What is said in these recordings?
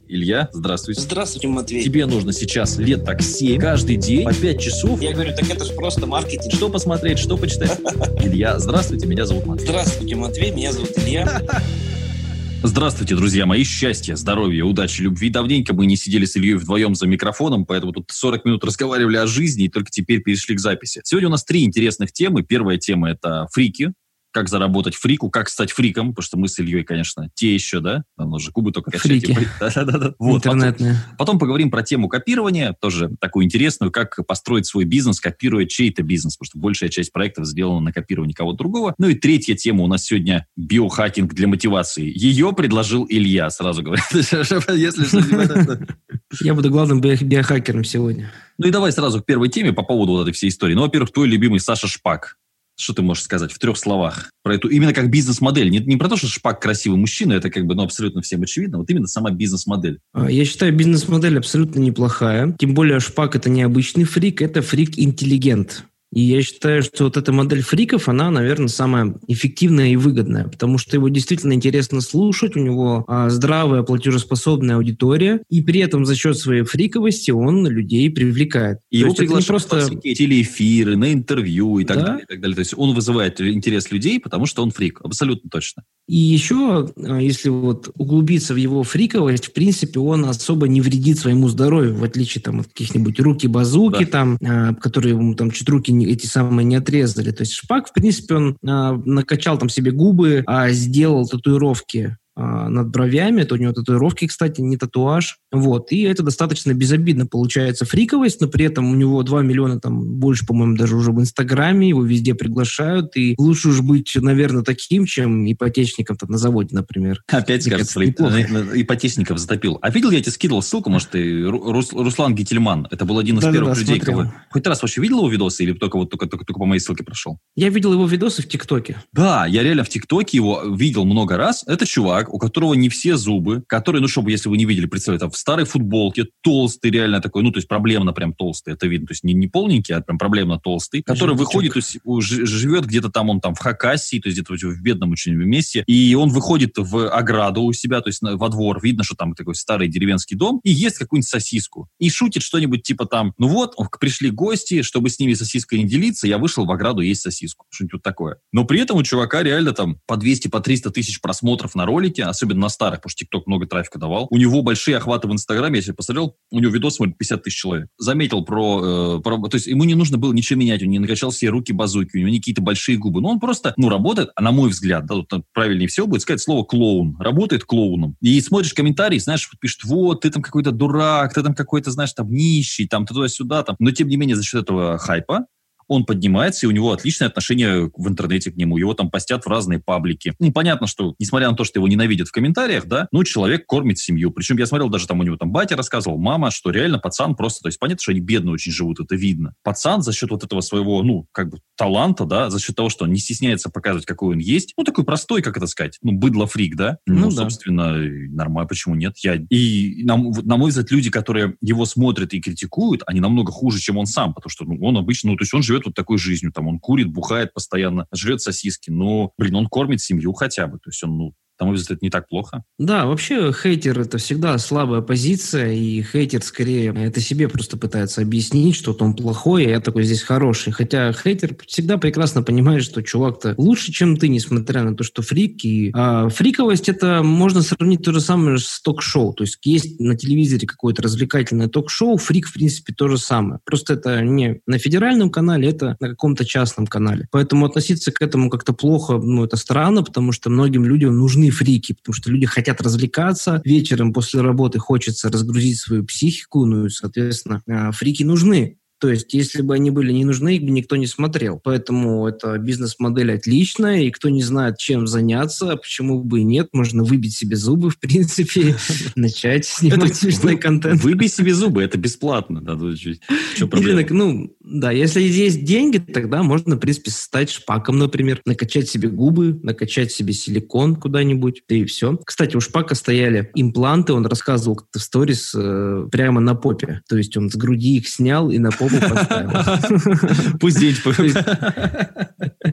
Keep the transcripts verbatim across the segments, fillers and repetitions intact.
Илья, здравствуйте. Здравствуйте, Матвей. Тебе нужно сейчас лет так семь, каждый день, по пять часов. Я говорю, так это же просто маркетинг. Что посмотреть, что почитать? Илья, здравствуйте, меня зовут Матвей. Здравствуйте, Матвей, меня зовут Илья. Здравствуйте, друзья мои. Счастья, здоровья, удачи, любви. Давненько мы не сидели с Ильей вдвоем за микрофоном, поэтому тут сорок минут разговаривали о жизни и только теперь перешли к записи. Сегодня у нас три интересных темы. Первая тема – это фрики. Как заработать фрику, как стать фриком, потому что мы с Ильей, конечно, те еще, да? Нам нужно губы только качать. Фрики. Да-да-да. Вот. Интернетные. Потом, потом поговорим про тему копирования, тоже такую интересную, как построить свой бизнес, копируя чей-то бизнес, потому что большая часть проектов сделана на копировании кого-то другого. Ну и третья тема у нас сегодня – биохакинг для мотивации. Ее предложил Илья, сразу говорю. Если что... Я буду главным биохакером сегодня. Ну и давай сразу к первой теме по поводу вот этой всей истории. Ну, во-первых, твой любимый Саша Шпак. Что ты можешь сказать в трех словах про эту, именно как бизнес-модель? Не, не про то, что Шпак красивый мужчина, это как бы, ну, абсолютно всем очевидно, вот именно сама бизнес-модель. Я считаю, бизнес-модель абсолютно неплохая. Тем более Шпак – это не обычный фрик, это фрик-интеллигент. И я считаю, что вот эта модель фриков, она, наверное, самая эффективная и выгодная, потому что его действительно интересно слушать, у него а, здравая, платежеспособная аудитория, и при этом за счет своей фриковости он людей привлекает. И его приглашают просто... на всякие телеэфиры, на интервью и так, да? далее, и так далее. То есть он вызывает интерес людей, потому что он фрик, абсолютно точно. И еще, если вот углубиться в его фриковость, в принципе, он особо не вредит своему здоровью, в отличие там, от каких-нибудь руки-базуки, да. там, а, которые ему там чуть руки эти самые не отрезали. То есть Шпак, в принципе, он а, накачал там себе губы, а сделал татуировки а, над бровями. Это у него татуировки, кстати, не татуаж. Вот. И это достаточно безобидно получается фриковость, но при этом у него два миллиона, там больше, по-моему, даже уже в Инстаграме, его везде приглашают. И лучше уж быть, наверное, таким, чем ипотечником-то на заводе, например. Опять, кажется, ипотечников затопил. А видел, я тебе скидывал ссылку, может, ты Рус, Руслан Гительман. Это был один из да, первых да, людей, кого... Хоть раз вообще видел его видосы или только, вот, только, только, только по моей ссылке прошел? Я видел его видосы в ТикТоке. Да, я реально в ТикТоке его видел много раз. Это чувак, у которого не все зубы, который, ну, чтобы, если вы не видели, представьте, в старой футболке, толстый реально такой, ну, то есть проблемно прям толстый, это видно, то есть не, не полненький, а прям проблемно толстый, который Житочек. выходит, то есть живет где-то там, он там в Хакассии, то есть где-то в бедном очень месте, и он выходит в ограду у себя, то есть во двор, видно, что там такой старый деревенский дом, и ест какую-нибудь сосиску, и шутит что-нибудь типа там, ну вот, пришли гости, чтобы с ними сосиской не делиться, я вышел в ограду есть сосиску, что-нибудь вот такое. Но при этом у чувака реально там по двести, по триста тысяч просмотров на ролике, особенно на старых, потому что ТикТок много трафика давал. У него большие охваты в Инстаграме, я себе посмотрел, у него видос смотрит пятьдесят тысяч человек. Заметил про, э, про... То есть ему не нужно было ничего менять, он не накачал все руки-базуки, у него не какие-то большие губы. Но он просто, ну, работает, а на мой взгляд, да, тут правильнее всего будет сказать слово клоун. Работает клоуном. И смотришь комментарии, знаешь, пишут, вот, ты там какой-то дурак, ты там какой-то, знаешь, там нищий, там, ты туда-сюда, там. Но, тем не менее, за счет этого хайпа он поднимается, и у него отличное отношение в интернете к нему. Его там постят в разные паблики. Ну, понятно, что, несмотря на то, что его ненавидят в комментариях, да, ну, человек кормит семью. Причем я смотрел, даже там у него там батя рассказывал, мама, что реально пацан просто, то есть понятно, что они бедно очень живут, это видно. Пацан за счет вот этого своего, ну, как бы таланта, да, за счет того, что он не стесняется показывать, какой он есть, ну, такой простой, как это сказать, ну, быдло-фрик, да? Ну, ну да. Собственно, нормально, почему нет? Я... И, на, на мой взгляд, люди, которые его смотрят и критикуют, они намного хуже, чем он сам, потому что, ну, он обычно, ну, то есть он живет вот такой жизнью, там он курит, бухает постоянно, жрет сосиски, но, блин, он кормит семью хотя бы, то есть он, ну, на мой взгляд, это не так плохо. Да, вообще хейтер – это всегда слабая позиция, и хейтер скорее это себе просто пытается объяснить, что он плохой, а я такой здесь хороший. Хотя хейтер всегда прекрасно понимает, что чувак-то лучше, чем ты, несмотря на то, что фрик. И, а, фриковость – это можно сравнить то же самое с ток-шоу. То есть есть на телевизоре какое-то развлекательное ток-шоу, фрик, в принципе, то же самое. Просто это не на федеральном канале, это на каком-то частном канале. Поэтому относиться к этому как-то плохо, ну, это странно, потому что многим людям нужны фрики, потому что люди хотят развлекаться, вечером после работы хочется разгрузить свою психику, ну и, соответственно, фрики нужны. То есть, если бы они были не нужны, их бы никто не смотрел. Поэтому эта бизнес-модель отличная, и кто не знает, чем заняться, почему бы и нет, можно выбить себе зубы, в принципе, начать снимать смешной контент. Выбей себе зубы, это бесплатно. Что проблема? Ну, да, если есть деньги, тогда можно, в принципе, стать Шпаком, например, накачать себе губы, накачать себе силикон куда-нибудь, да и все. Кстати, у Шпака стояли импланты, он рассказывал как-то в сторис прямо на попе. То есть он с груди их снял и на попу поставил. Пусть день.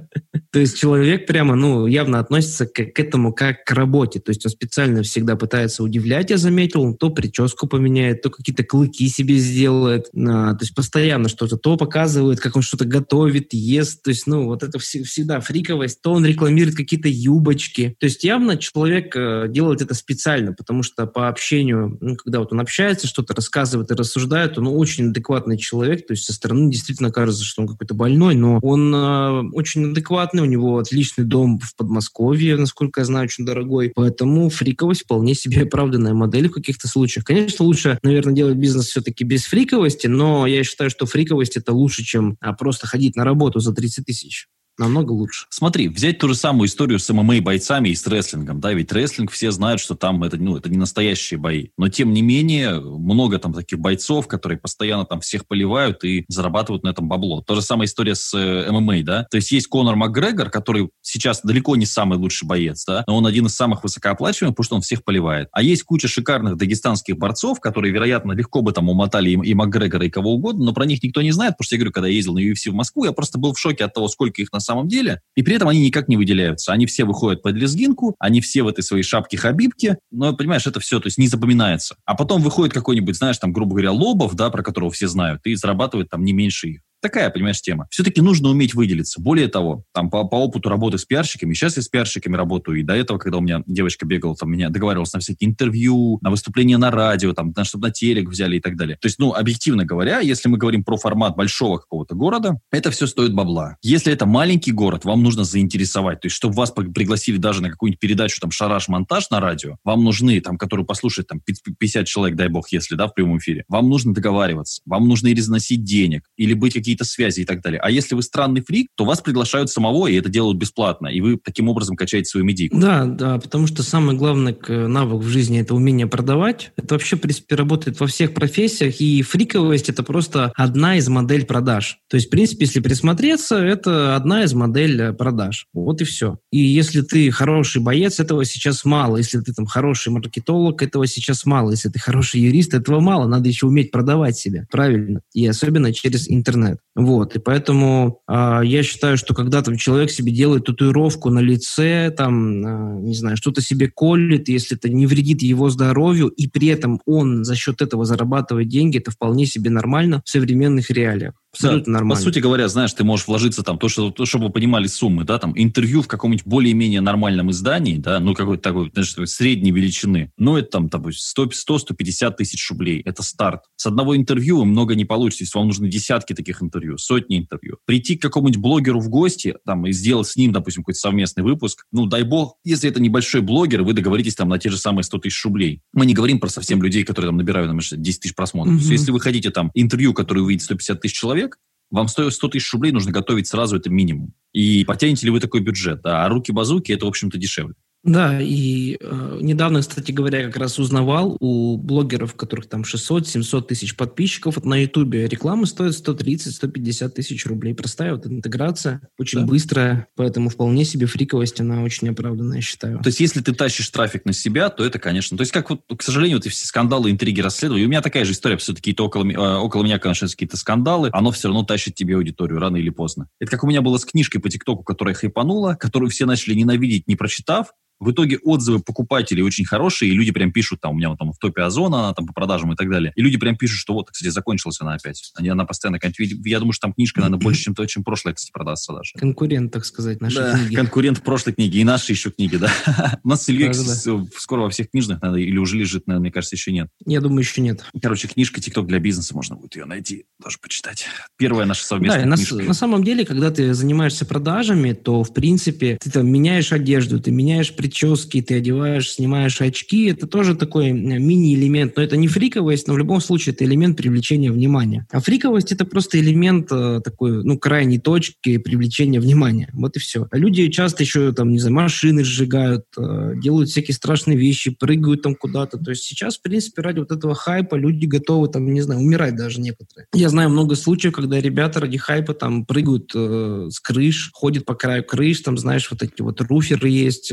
То есть человек прямо, ну, явно относится к, к этому как к работе. То есть он специально всегда пытается удивлять, я заметил, он то прическу поменяет, то какие-то клыки себе сделает. А, то есть постоянно что-то, то показывает, как он что-то готовит, ест. То есть, ну, вот это вс- всегда фриковость. То он рекламирует какие-то юбочки. То есть явно человек э, делает это специально, потому что по общению, ну, когда вот он общается, что-то рассказывает и рассуждает, он очень адекватный человек. То есть со стороны действительно кажется, что он какой-то больной, но он э, очень адекватный, у него отличный дом в Подмосковье, насколько я знаю, очень дорогой. Поэтому фриковость вполне себе оправданная модель в каких-то случаях. Конечно, лучше, наверное, делать бизнес все-таки без фриковости, но я считаю, что фриковость это лучше, чем а, просто ходить на работу за тридцать тысяч. Намного лучше. Смотри, взять ту же самую историю с эм эм а-бойцами и с рестлингом, да, ведь рестлинг все знают, что там это, ну, это не настоящие бои, но тем не менее много там таких бойцов, которые постоянно там всех поливают и зарабатывают на этом бабло. Та же самая история с эм эм а, да, то есть есть Конор Макгрегор, который сейчас далеко не самый лучший боец, да, но он один из самых высокооплачиваемых, потому что он всех поливает. А есть куча шикарных дагестанских борцов, которые, вероятно, легко бы там умотали и, и Макгрегора, и кого угодно, но про них никто не знает, потому что я говорю, когда я ездил на ю эф си в Москву, я просто был в шоке от того, сколько их на самом деле, и при этом они никак не выделяются. Они все выходят под лезгинку, они все в этой своей шапке-хабибке, но, понимаешь, это все, то есть не запоминается. А потом выходит какой-нибудь, знаешь, там, грубо говоря, Лобов, да, про которого все знают, и зарабатывает там не меньше их. Такая, понимаешь, тема. Все-таки нужно уметь выделиться. Более того, там по, по опыту работы с пиарщиками, сейчас я с пиарщиками работаю, и до этого, когда у меня девочка бегала, там, меня договаривалась на всякие интервью, на выступления на радио, там, на, чтобы на телек взяли и так далее. То есть, ну, объективно говоря, если мы говорим про формат большого какого-то города, это все стоит бабла. Если это маленький город, вам нужно заинтересовать. То есть, чтобы вас пригласили даже на какую-нибудь передачу, там, «Шараш-монтаж» на радио, вам нужны, там, которую послушает, там, пятьдесят человек, дай бог, если, да, в прямом эфире, вам нужно договариваться, вам нужно или разносить денег, или быть какие-то связи и так далее. А если вы странный фрик, то вас приглашают самого, и это делают бесплатно, и вы таким образом качаете свою медийку. Да, да, потому что самый главный навык в жизни – это умение продавать. Это вообще, в принципе, работает во всех профессиях, и фриковость – это просто одна из моделей продаж. То есть, в принципе, если присмотреться, это одна из моделей продаж. Вот и все. И если ты хороший боец, этого сейчас мало. Если ты там хороший маркетолог, этого сейчас мало. Если ты хороший юрист, этого мало. Надо еще уметь продавать себя. Правильно. И особенно через интернет. Вот, и поэтому э, я считаю, что когда там человек себе делает татуировку на лице, там, э, не знаю, что-то себе колет, если это не вредит его здоровью, и при этом он за счет этого зарабатывает деньги, это вполне себе нормально в современных реалиях. Абсолютно да, нормально. По сути говоря, знаешь, ты можешь вложиться там, то, что, то, чтобы вы понимали суммы, да, там, интервью в каком-нибудь более-менее нормальном издании, да, ну, какой-то такой, знаешь, средней величины, ну, это там, там сто - сто пятьдесят тысяч рублей, это старт. С одного интервью вы много не получите, если вам нужны десятки таких интервью, сотни интервью. Прийти к какому-нибудь блогеру в гости, там, и сделать с ним, допустим, какой-то совместный выпуск, ну, дай бог, если это небольшой блогер, вы договоритесь там на те же самые сто тысяч рублей. Мы не говорим про совсем людей, которые там набирают, там, десять тысяч просмотров. Mm-hmm. То есть, если вы хотите там интервью, которое увидит сто пятьдесят тысяч человек, вам стоит сто тысяч рублей, нужно готовить сразу, это минимум. И потянете ли вы такой бюджет? Да? А руки-базуки, это, в общем-то, дешевле. Да, и э, недавно, кстати говоря, как раз узнавал у блогеров, у которых там шестьсот-семьсот тысяч подписчиков, вот на Ютубе реклама стоит сто тридцать - сто пятьдесят тысяч рублей. Простая вот интеграция, очень да. быстрая, поэтому вполне себе фриковость, она очень оправданная, я считаю. То есть, если ты тащишь трафик на себя, то это, конечно... То есть, как вот, к сожалению, вот эти все скандалы, интриги, расследования, у меня такая же история, все-таки около, э, около меня, конечно, какие-то скандалы, оно все равно тащит тебе аудиторию рано или поздно. Это как у меня было с книжкой по ТикТоку, которая хайпанула, которую все начали ненавидеть, не прочитав. В итоге отзывы покупателей очень хорошие, и люди прям пишут, там, у меня вот там в топе Озона, она там по продажам и так далее. И люди прям пишут, что вот, кстати, закончилась она опять. Они, она постоянно... Я думаю, что там книжка, наверное, больше, чем то, чем прошлая, кстати, продастся даже. Конкурент, так сказать, нашей да, книги. Конкурент в прошлой книге, и наши еще книги, да. У нас с Ильей скоро во всех книжных, надо, или уже лежит, наверное, мне кажется, еще нет. Я думаю, еще нет. Короче, книжка «ТикТок для бизнеса», можно будет ее найти, тоже почитать. Первая наша совместная да, книжка. На, на самом деле, когда ты занимаешься продажами, то, в принципе, ты там меняешь одежду, ты меняешь прически, ты одеваешь, снимаешь очки, это тоже такой мини-элемент, но это не фриковость, но в любом случае это элемент привлечения внимания. А фриковость это просто элемент э, такой, ну, крайней точки привлечения внимания. Вот и все. А люди часто еще, там, не знаю, машины сжигают, э, делают всякие страшные вещи, прыгают там куда-то. То есть сейчас, в принципе, ради вот этого хайпа люди готовы, там, не знаю, умирать даже некоторые. Я знаю много случаев, когда ребята ради хайпа там прыгают э, с крыш, ходят по краю крыш, там, знаешь, вот эти вот руферы есть. Очень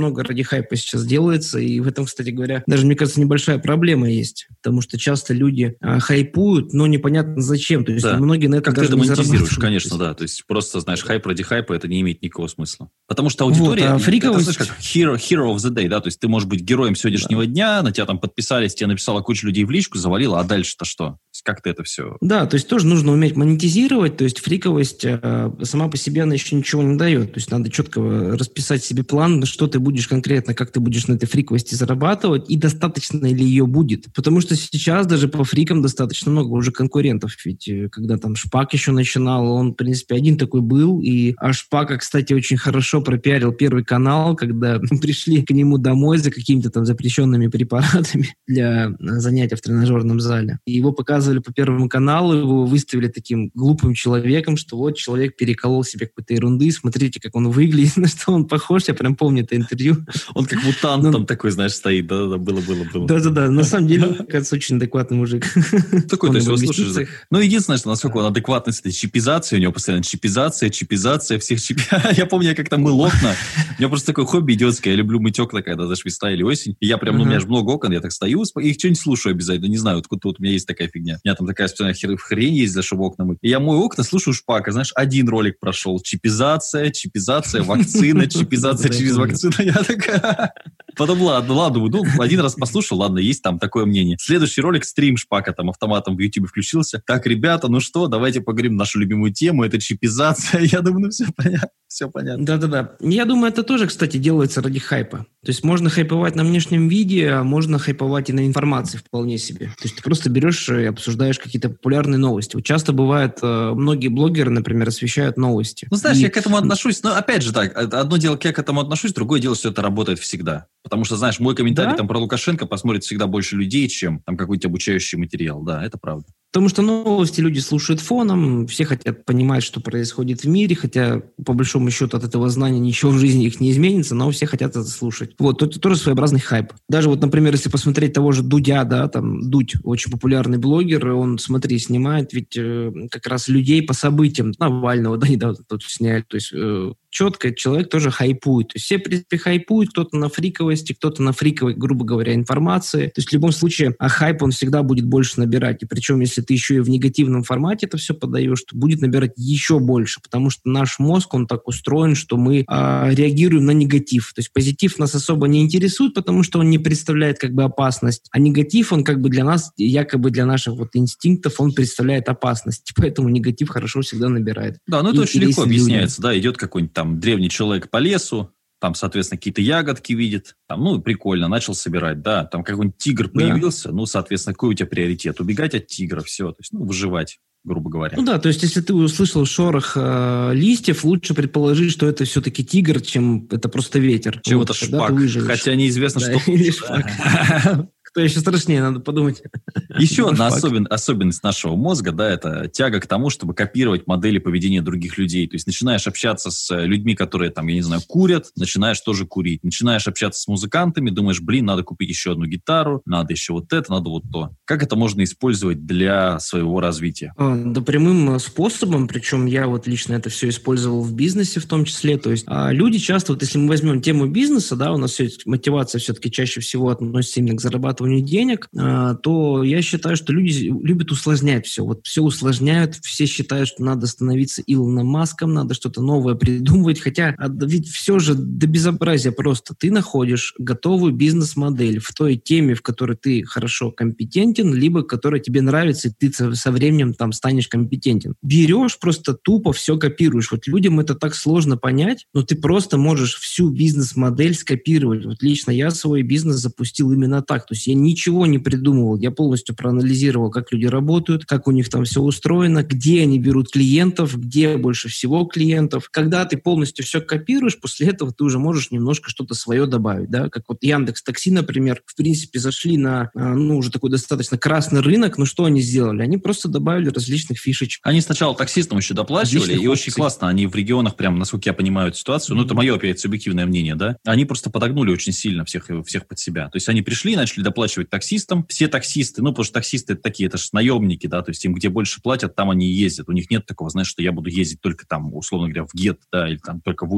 много ради хайпа сейчас делается, и в этом, кстати говоря, даже, мне кажется, небольшая проблема есть, потому что часто люди а, хайпуют, но непонятно зачем. То есть да. многие на это как даже ты это не монетизируешь, конечно, да. То есть просто, знаешь, хайп ради хайпа, это не имеет никакого смысла. Потому что аудитория, вот, а фриковость... это, знаешь, как hero, hero of the day, да, то есть ты можешь быть героем сегодняшнего да. дня, на тебя там подписались, тебе написала куча людей в личку, завалила, а дальше-то что? То есть как ты это все... Да, то есть тоже нужно уметь монетизировать, то есть фриковость э, сама по себе она еще ничего не дает, то есть надо четко расписать себе план, что ты будешь конкретно, как ты будешь на этой фриковости зарабатывать, и достаточно ли ее будет. Потому что сейчас даже по фрикам достаточно много уже конкурентов, ведь когда там Шпак еще начинал, он, в принципе, один такой был, и а Шпака, кстати, очень хорошо пропиарил Первый канал, когда пришли к нему домой за какими-то там запрещенными препаратами для занятия в тренажерном зале. И его показывали по Первому каналу, его выставили таким глупым человеком, что вот человек переколол себе какой-то ерунды, смотрите, как он выглядит, на что он похож, я прям помню это интервью. Он как мутант там такой, знаешь, стоит, да-да-да, было-было-было. Да-да-да, на самом деле, кажется, очень адекватный мужик. Такой, то есть, его слушаешь. Ну, единственное, что насколько он адекватный с этой чипизацией, у него постоянно чипизация, чипизация, всех чип... Я помню, я как-то мыл окна, у меня просто такое хобби идиотское, я люблю мыть окна, когда даже весна или осень, и я прям, ну, у меня же много окон, я так стою, и их что-нибудь слушаю обязательно, не знаю, откуда вот у меня есть такая фигня. У меня там такая специальная хрень есть, за чтобы окна мыть. И я мою окна, слушаю Шпака, знаешь, один ролик прошел, чипизация, чипизация, вакцина, чипизация через вакцину, я такая... Потом, ладно, ладно, ну, один раз послушал, ладно, есть там такое мнение. Следующий ролик, стрим Шпака там автоматом в YouTube включился. Так, ребята, ну что, давайте поговорим нашу любимую тему, это чипизация. Я думаю, ну все понятно, все понятно. Да-да-да. Я думаю, это тоже, кстати, делается ради хайпа. То есть можно хайповать на внешнем виде, а можно хайповать и на информации вполне себе. То есть ты просто берешь и обсуждаешь какие-то популярные новости. Вот часто бывает, многие блогеры, например, освещают новости. Ну, знаешь, и... я к этому отношусь, но опять же так, одно дело, как я к этому отношусь, другое дело, что это работает всегда. Потому что, знаешь, мой комментарий да? там про Лукашенко посмотрит всегда больше людей, чем там какой-то обучающий материал. Да, это правда. Потому что новости люди слушают фоном, все хотят понимать, что происходит в мире, хотя, по большому счету, от этого знания ничего в жизни их не изменится, но все хотят это слушать. Вот, это тоже своеобразный хайп. Даже вот, например, если посмотреть того же Дудя, да, там, Дудь, очень популярный блогер, он, смотри, снимает ведь э, как раз людей по событиям Навального, да, недавно тут сняли, то есть... Э, четко человек тоже хайпует. То есть все, в принципе, хайпуют, кто-то на фриковости, кто-то на фриковой, грубо говоря, информации. То есть в любом случае, а хайп он всегда будет больше набирать. И причем, если ты еще и в негативном формате это все подаешь, то будет набирать еще больше, потому что наш мозг, он так устроен, что мы а, реагируем на негатив. То есть позитив нас особо не интересует, потому что он не представляет как бы опасность, а негатив, он как бы для нас, якобы для наших вот инстинктов, он представляет опасность. Поэтому негатив хорошо всегда набирает. Да, ну это очень легко объясняется. Да, идет какой-нибудь там древний человек по лесу, там, соответственно, какие-то ягодки видит, там, ну, прикольно, начал собирать, да, там какой-нибудь тигр появился, да. Ну, соответственно, какой у тебя приоритет? Убегать от тигра, все, то есть, ну, выживать, грубо говоря. Ну да, то есть, если ты услышал шорох э, листьев, лучше предположить, что это все-таки тигр, чем это просто ветер. Чем вот, это Шпак, хотя неизвестно, да, что... Или Шпак. Кто еще страшнее, надо подумать. Еще одна особен, особенность нашего мозга, да, это тяга к тому, чтобы копировать модели поведения других людей. То есть начинаешь общаться с людьми, которые, там, я не знаю, курят, начинаешь тоже курить. Начинаешь общаться с музыкантами, думаешь, блин, надо купить еще одну гитару, надо еще вот это, надо вот то. Как это можно использовать для своего развития? А, да прямым способом, причем я вот лично это все использовал в бизнесе в том числе. То есть а, люди часто, вот если мы возьмем тему бизнеса, да, у нас все, мотивация все-таки чаще всего относится именно к зарабатыванию денег, то я считаю, что люди любят усложнять все. Вот все усложняют, все считают, что надо становиться Илоном Маском, надо что-то новое придумывать, хотя ведь все же до безобразия просто. Ты находишь готовую бизнес-модель в той теме, в которой ты хорошо компетентен, либо которая тебе нравится, и ты со временем там станешь компетентен. Берешь, просто тупо все копируешь. Вот людям это так сложно понять, но ты просто можешь всю бизнес-модель скопировать. Вот лично я свой бизнес запустил именно так. То есть я ничего не придумывал, я полностью проанализировал, как люди работают, как у них там все устроено, где они берут клиентов, где больше всего клиентов. Когда ты полностью все копируешь, после этого ты уже можешь немножко что-то свое добавить, да, как вот Яндекс.Такси, например, в принципе, зашли на, ну, уже такой достаточно красный рынок, но что они сделали? Они просто добавили различных фишечек. Они сначала таксистам еще доплачивали, различных и опций. Очень классно, они в регионах прям, насколько я понимаю эту ситуацию, mm-hmm. ну, это мое, опять, субъективное мнение, да, они просто подогнули очень сильно всех, всех под себя. То есть они пришли и начали доплачивать таксистам. Все таксисты, ну, потому что таксисты это такие, это же наемники, да, то есть им где больше платят, там они и ездят. У них нет такого, знаешь, что я буду ездить только там, условно говоря, в Гет, да, или там только в Убере.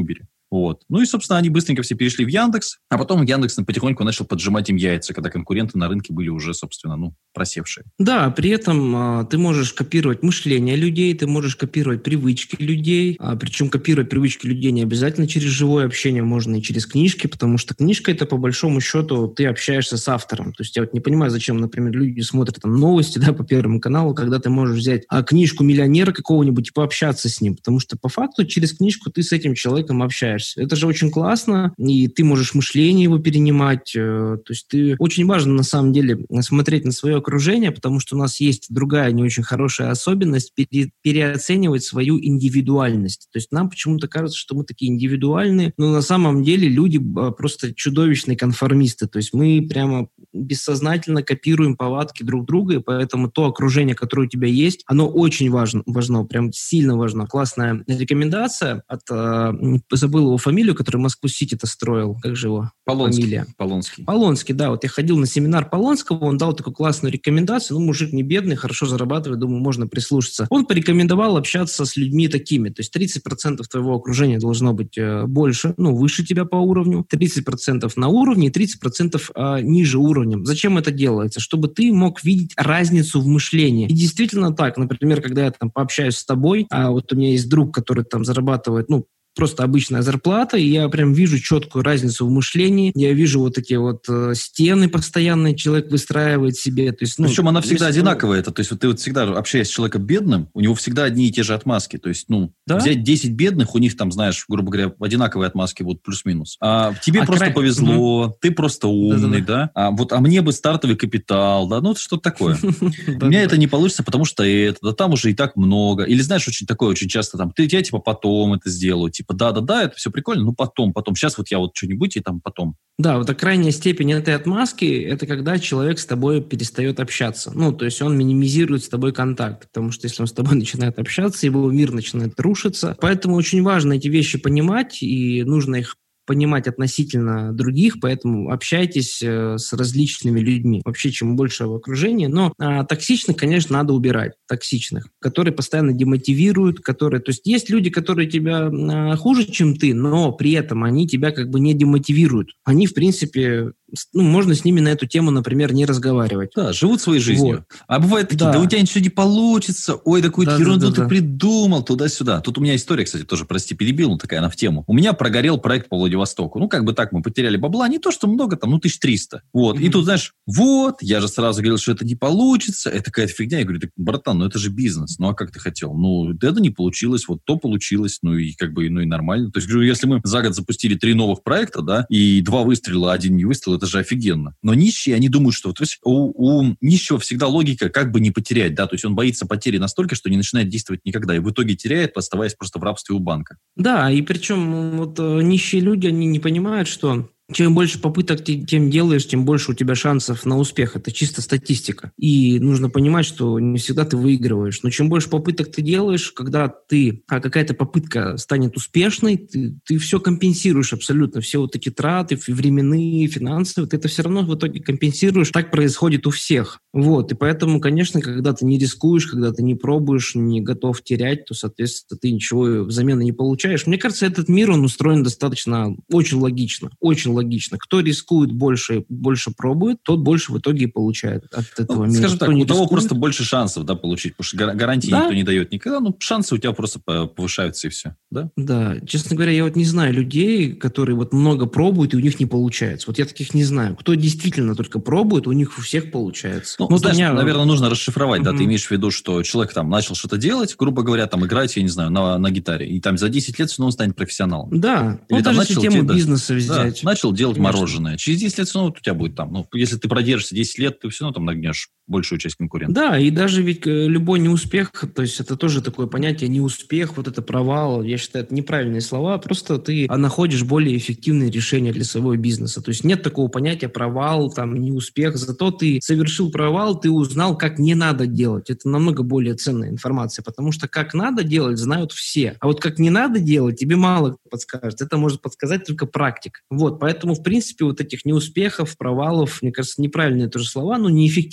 Вот. Ну и, собственно, они быстренько все перешли в Яндекс, а потом Яндекс потихоньку начал поджимать им яйца, когда конкуренты на рынке были уже, собственно, ну, просевшие. Да, при этом а, ты можешь копировать мышление людей, ты можешь копировать привычки людей, а, причем копировать привычки людей не обязательно через живое общение, можно и через книжки, потому что книжка — это, по большому счету, ты общаешься с автором. То есть я вот не понимаю, зачем, например, люди смотрят там новости, да, по Первому каналу, когда ты можешь взять а, книжку миллионера какого-нибудь и пообщаться с ним, потому что по факту через книжку ты с этим человеком общаешься. Это же очень классно, и ты можешь мышление его перенимать. То есть ты очень важно, на самом деле, смотреть на свое окружение, потому что у нас есть другая не очень хорошая особенность пере, переоценивать свою индивидуальность. То есть нам почему-то кажется, что мы такие индивидуальные, но на самом деле люди просто чудовищные конформисты. То есть мы прямо бессознательно копируем повадки друг друга, и поэтому то окружение, которое у тебя есть, оно очень важно, важно прям сильно важно. Классная рекомендация от, забыл его фамилию, который Москву-Сити-то строил. Как же его Полонский. фамилия? Полонский. Полонский, да. Вот я ходил на семинар Полонского, он дал такую классную рекомендацию. Ну, мужик не бедный, хорошо зарабатывает, думаю, можно прислушаться. Он порекомендовал общаться с людьми такими. То есть тридцать процентов твоего окружения должно быть э, больше, ну, выше тебя по уровню, тридцать процентов на уровне и тридцать процентов э, ниже уровнем. Зачем это делается? Чтобы ты мог видеть разницу в мышлении. И действительно так. Например, когда я там пообщаюсь с тобой, а вот у меня есть друг, который там зарабатывает, ну, просто обычная зарплата, и я прям вижу четкую разницу в мышлении. Я вижу вот эти вот э, стены постоянные человек выстраивает себе. То есть, ну, причем она всегда есть, одинаковая. Это, то есть вот ты вот всегда, общаясь с человеком бедным, у него всегда одни и те же отмазки. То есть, ну, да? Взять десять бедных, у них там, знаешь, грубо говоря, одинаковые отмазки будут плюс-минус. А тебе а просто край... повезло, угу. ты просто умный, да? А вот, а мне бы стартовый капитал, да? Ну, это что-то такое. У меня это не получится, потому что это, да там уже и так много. Или, знаешь, очень такое, очень часто там, ты, я типа потом это сделаю, типа, да-да-да, это все прикольно, ну потом, потом. Сейчас вот я вот что-нибудь и там потом. Да, вот крайняя степень этой отмазки – это когда человек с тобой перестает общаться. Ну, то есть он минимизирует с тобой контакт, потому что если он с тобой начинает общаться, его мир начинает рушиться. Поэтому очень важно эти вещи понимать, и нужно их понимать относительно других, поэтому общайтесь э, с различными людьми. Вообще, чем больше в окружении. Но э, токсичных, конечно, надо убирать. Токсичных, которые постоянно демотивируют, которые... То есть есть люди, которые тебя э, хуже, чем ты, но при этом они тебя как бы не демотивируют. Они, в принципе... Ну, можно с ними на эту тему, например, не разговаривать. Да, живут своей жизнью. Вот. А бывает такие, да. да у тебя ничего не получится, ой, такую да, ерунду да, да, ты да. придумал, туда-сюда. Тут у меня история, кстати, тоже, прости, перебил, но такая она в тему. У меня прогорел проект по Владивостоку. Ну, как бы так, мы потеряли бабла, не то, что много, там, ну, тысяч триста. Вот, mm-hmm. и тут, знаешь, вот, я же сразу говорил, что это не получится, это какая-то фигня. Я говорю, так, братан, ну, это же бизнес, ну, а как ты хотел? Ну, это не получилось, вот то получилось, ну, и как бы, ну, и нормально. То есть, говорю, если мы за год запустили три новых проекта, да, и два выстрела, один не выстрел, это же офигенно. Но нищие, они думают, что то есть у, у нищего всегда логика как бы не потерять, да, то есть он боится потери настолько, что не начинает действовать никогда, и в итоге теряет, оставаясь просто в рабстве у банка. Да, и причем вот нищие люди, они не понимают, что чем больше попыток ты тем делаешь, тем больше у тебя шансов на успех. Это чисто статистика. И нужно понимать, что не всегда ты выигрываешь. Но чем больше попыток ты делаешь, когда ты, а какая-то попытка станет успешной, ты, ты все компенсируешь абсолютно. Все вот эти траты, временные, финансовые, ты это все равно в итоге компенсируешь. Так происходит у всех. Вот. И поэтому, конечно, когда ты не рискуешь, когда ты не пробуешь, не готов терять, то, соответственно, ты ничего взамен не получаешь. Мне кажется, этот мир, он устроен достаточно, очень логично. Очень логично. Логично. Кто рискует больше, больше пробует, тот больше в итоге и получает от этого ну, мира. Скажем Кто так, у рискует, того просто больше шансов, да, получить, потому что гарантии да? никто не дает никогда, ну, шансы у тебя просто повышаются и все, да? Да, честно говоря, я вот не знаю людей, которые вот много пробуют, и у них не получается. Вот я таких не знаю. Кто действительно только пробует, у них у всех получается. Ну, вот знаешь, меня... наверное, нужно расшифровать, mm-hmm. да, ты имеешь в виду, что человек там начал что-то делать, грубо говоря, там, играть, я не знаю, на, на гитаре, и там за десять лет все равно он станет профессионалом. Да, или вот там даже начал систему те, бизнеса да, взять. Да, начал делать Конечно. мороженое. Через десять лет все равно у тебя будет там. Ну, если ты продержишься десять лет, ты все равно там нагнешь большую часть конкурентов. Да, и даже ведь любой неуспех, то есть это тоже такое понятие неуспех, вот это провал, я считаю, это неправильные слова, просто ты находишь более эффективные решения для своего бизнеса. То есть нет такого понятия провал, там, неуспех, зато ты совершил провал, ты узнал, как не надо делать. Это намного более ценная информация, потому что как надо делать, знают все. А вот как не надо делать, тебе мало кто подскажет. Это может подсказать только практик. Вот, поэтому, в принципе, вот этих неуспехов, провалов, мне кажется, неправильные тоже слова, но неэффективные, да,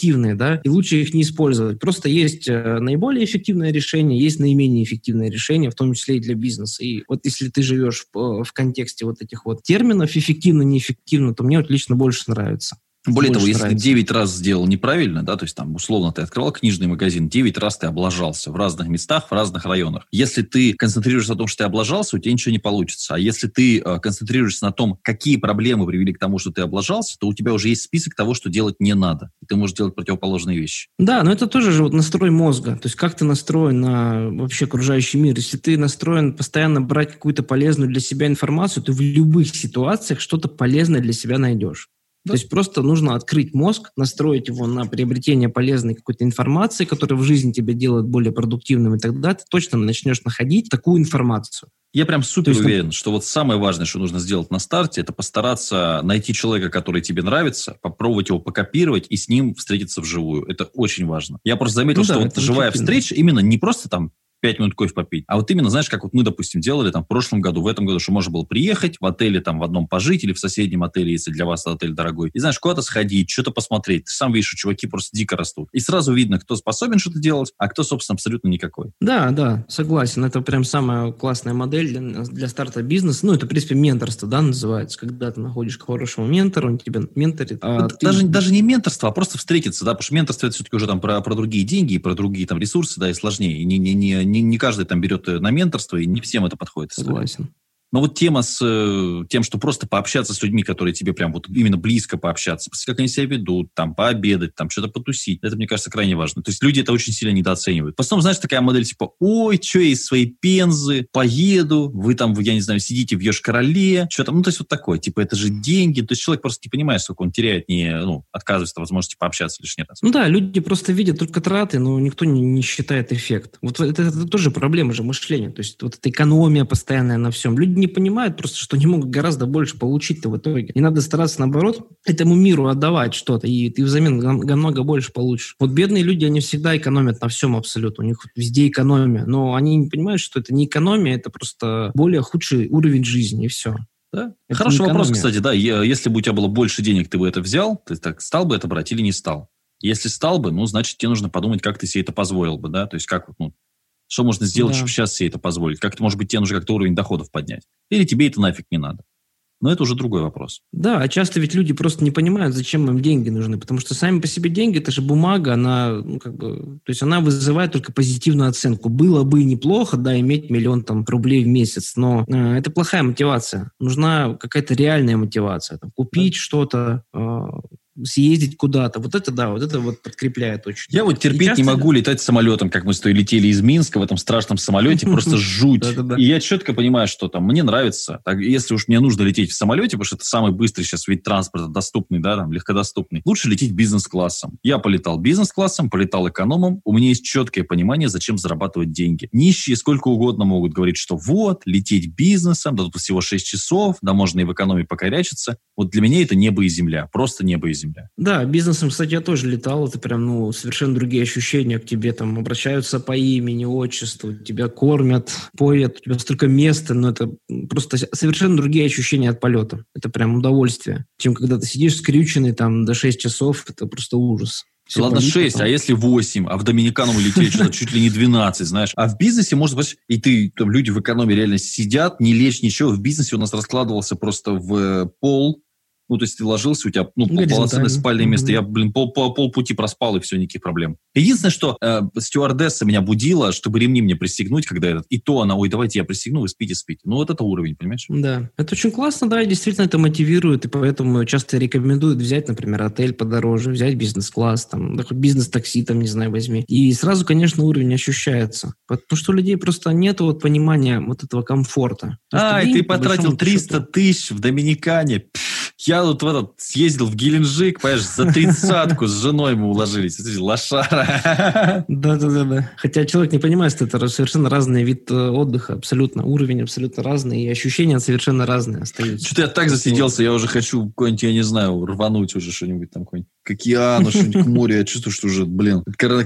да, и лучше их не использовать. Просто есть э, наиболее эффективное решение, есть наименее эффективное решение, в том числе и для бизнеса. И вот если ты живешь в, в контексте вот этих вот терминов эффективно, неэффективно, то мне вот лично больше нравится. Более того, если нравится. ты девять раз сделал неправильно, да, то есть там условно ты открывал книжный магазин, девять раз ты облажался в разных местах, в разных районах. Если ты концентрируешься на том, что ты облажался, у тебя ничего не получится. А если ты э, концентрируешься на том, какие проблемы привели к тому, что ты облажался, то у тебя уже есть список того, что делать не надо. И ты можешь делать противоположные вещи. Да, но это тоже же вот настрой мозга. То есть как ты настроен на вообще окружающий мир. Если ты настроен постоянно брать какую-то полезную для себя информацию, ты в любых ситуациях что-то полезное для себя найдешь. То есть просто нужно открыть мозг, настроить его на приобретение полезной какой-то информации, которая в жизни тебя делает более продуктивным, и тогда ты точно начнешь находить такую информацию. Я прям супер есть, уверен, что вот самое важное, что нужно сделать на старте, это постараться найти человека, который тебе нравится, попробовать его покопировать и с ним встретиться вживую. Это очень важно. Я просто заметил, ну, что да, вот живая встреча именно не просто там пять минут кофе попить. А вот именно, знаешь, как вот мы, допустим, делали там в прошлом году, в этом году, что можно было приехать в отеле там в одном пожить или в соседнем отеле, если для вас отель дорогой, и, знаешь, куда-то сходить, что-то посмотреть. Ты сам видишь, что чуваки просто дико растут. И сразу видно, кто способен что-то делать, а кто, собственно, абсолютно никакой. Да, да, согласен. Это прям самая классная модель для, для старта бизнеса. Ну, это, в принципе, менторство, да, называется. Когда ты находишь хорошего ментора, он тебя менторит. А ты... даже, даже не менторство, а просто встретиться, да, потому что менторство это все-таки уже там про, про другие деньги и про другие там ресурсы, да, и сложнее. И не, не, не, не, не каждый там берет на менторство, и не всем это подходит. Согласен. Но вот тема с э, тем, что просто пообщаться с людьми, которые тебе прям вот именно близко пообщаться, как они себя ведут, там, пообедать, там, что-то потусить, это, мне кажется, крайне важно. То есть люди это очень сильно недооценивают. В основном, знаешь, такая модель типа, ой, что я из своей Пензы поеду, вы там, я не знаю, сидите в Йошкар-Оле, что там, ну, то есть вот такое, типа, это же деньги. То есть человек просто не понимает, сколько он теряет, не, ну, отказывается от возможности пообщаться лишний раз. Ну да, люди просто видят только траты, но никто не, не считает эффект. Вот это, это тоже проблема же мышления. То есть вот эта экономия постоянная на всем. Люди не понимают просто, что не могут гораздо больше получить-то в итоге. И надо стараться, наоборот, этому миру отдавать что-то, и ты взамен намного больше получишь. Вот бедные люди, они всегда экономят на всем абсолютно. У них везде экономия. Но они не понимают, что это не экономия, это просто более худший уровень жизни, и все. Да? Хороший вопрос, кстати, да. Если бы у тебя было больше денег, ты бы это взял, ты так стал бы это брать или не стал? Если стал бы, ну, значит, тебе нужно подумать, как ты себе это позволил бы, да? То есть как, ну, что можно сделать, да. чтобы сейчас себе это позволить? Как-то, может быть, тебе нужно как-то уровень доходов поднять. Или тебе это нафиг не надо. Но это уже другой вопрос. Да, а часто ведь люди просто не понимают, зачем им деньги нужны. Потому что сами по себе деньги, это же бумага, она, ну, как бы, то есть она вызывает только позитивную оценку. Было бы неплохо, да, иметь миллион там, рублей в месяц, но э, это плохая мотивация. Нужна какая-то реальная мотивация. Там, купить да. что-то, э, съездить куда-то. Вот это, да, вот это вот подкрепляет очень. Я вот терпеть часто... не могу летать самолетом, как мы с тобой летели из Минска в этом страшном самолете, просто жуть. И я четко понимаю, что там мне нравится. Если уж мне нужно лететь в самолете, потому что это самый быстрый сейчас вид транспорта, доступный, да, там, легкодоступный, лучше лететь бизнес-классом. Я полетал бизнес-классом, полетал экономом. У меня есть четкое понимание, зачем зарабатывать деньги. Нищие сколько угодно могут говорить, что вот, лететь бизнесом, да тут всего шесть часов, да можно и в экономии покорячиться. Вот для меня это небо и земля, просто небо и земля. Да, бизнесом, кстати, я тоже летал. Это прям, ну, совершенно другие ощущения. К тебе там обращаются по имени, отчеству, тебя кормят, поят, у тебя столько места, но это просто совершенно другие ощущения от полета. Это прям удовольствие. Чем когда ты сидишь скрюченный там до шести часов, это просто ужас. Все Ладно, шесть, потом. А если восемь, а в Доминикану мы летели что-то чуть ли не двенадцать, знаешь. А в бизнесе, может быть, и ты, там люди в экономии реально сидят, не лечь ничего. В бизнесе у нас раскладывался просто в пол. Ну, то есть ты ложился, у тебя ну, полноценное спальное место. Mm-hmm. Я, блин, пол, пол, полпути проспал, и все, никаких проблем. Единственное, что э, стюардесса меня будила, чтобы ремни мне пристегнуть, когда этот... И то она, ой, давайте я пристегну, вы спите, спите. Ну, вот это уровень, понимаешь? Да. Это очень классно, да, и действительно это мотивирует, и поэтому часто рекомендуют взять, например, отель подороже, взять бизнес-класс, там, да, хоть бизнес-такси, там, не знаю, возьми. И сразу, конечно, уровень ощущается. Потому что у людей просто нет вот понимания вот этого комфорта. А, и ты потратил триста тысяч в Доминикане. Я вот в этот съездил в Геленджик, понимаешь, за тридцатку с женой мы уложились. Лошара. Да-да-да. Хотя человек не понимает, что это совершенно разный вид отдыха, абсолютно. Уровень абсолютно разный, и ощущения совершенно разные остаются. Что-то я так засиделся, я уже хочу какой-нибудь, я не знаю, рвануть уже что-нибудь там, какой-нибудь к океану, что-нибудь к морю. Я чувствую, что уже, блин,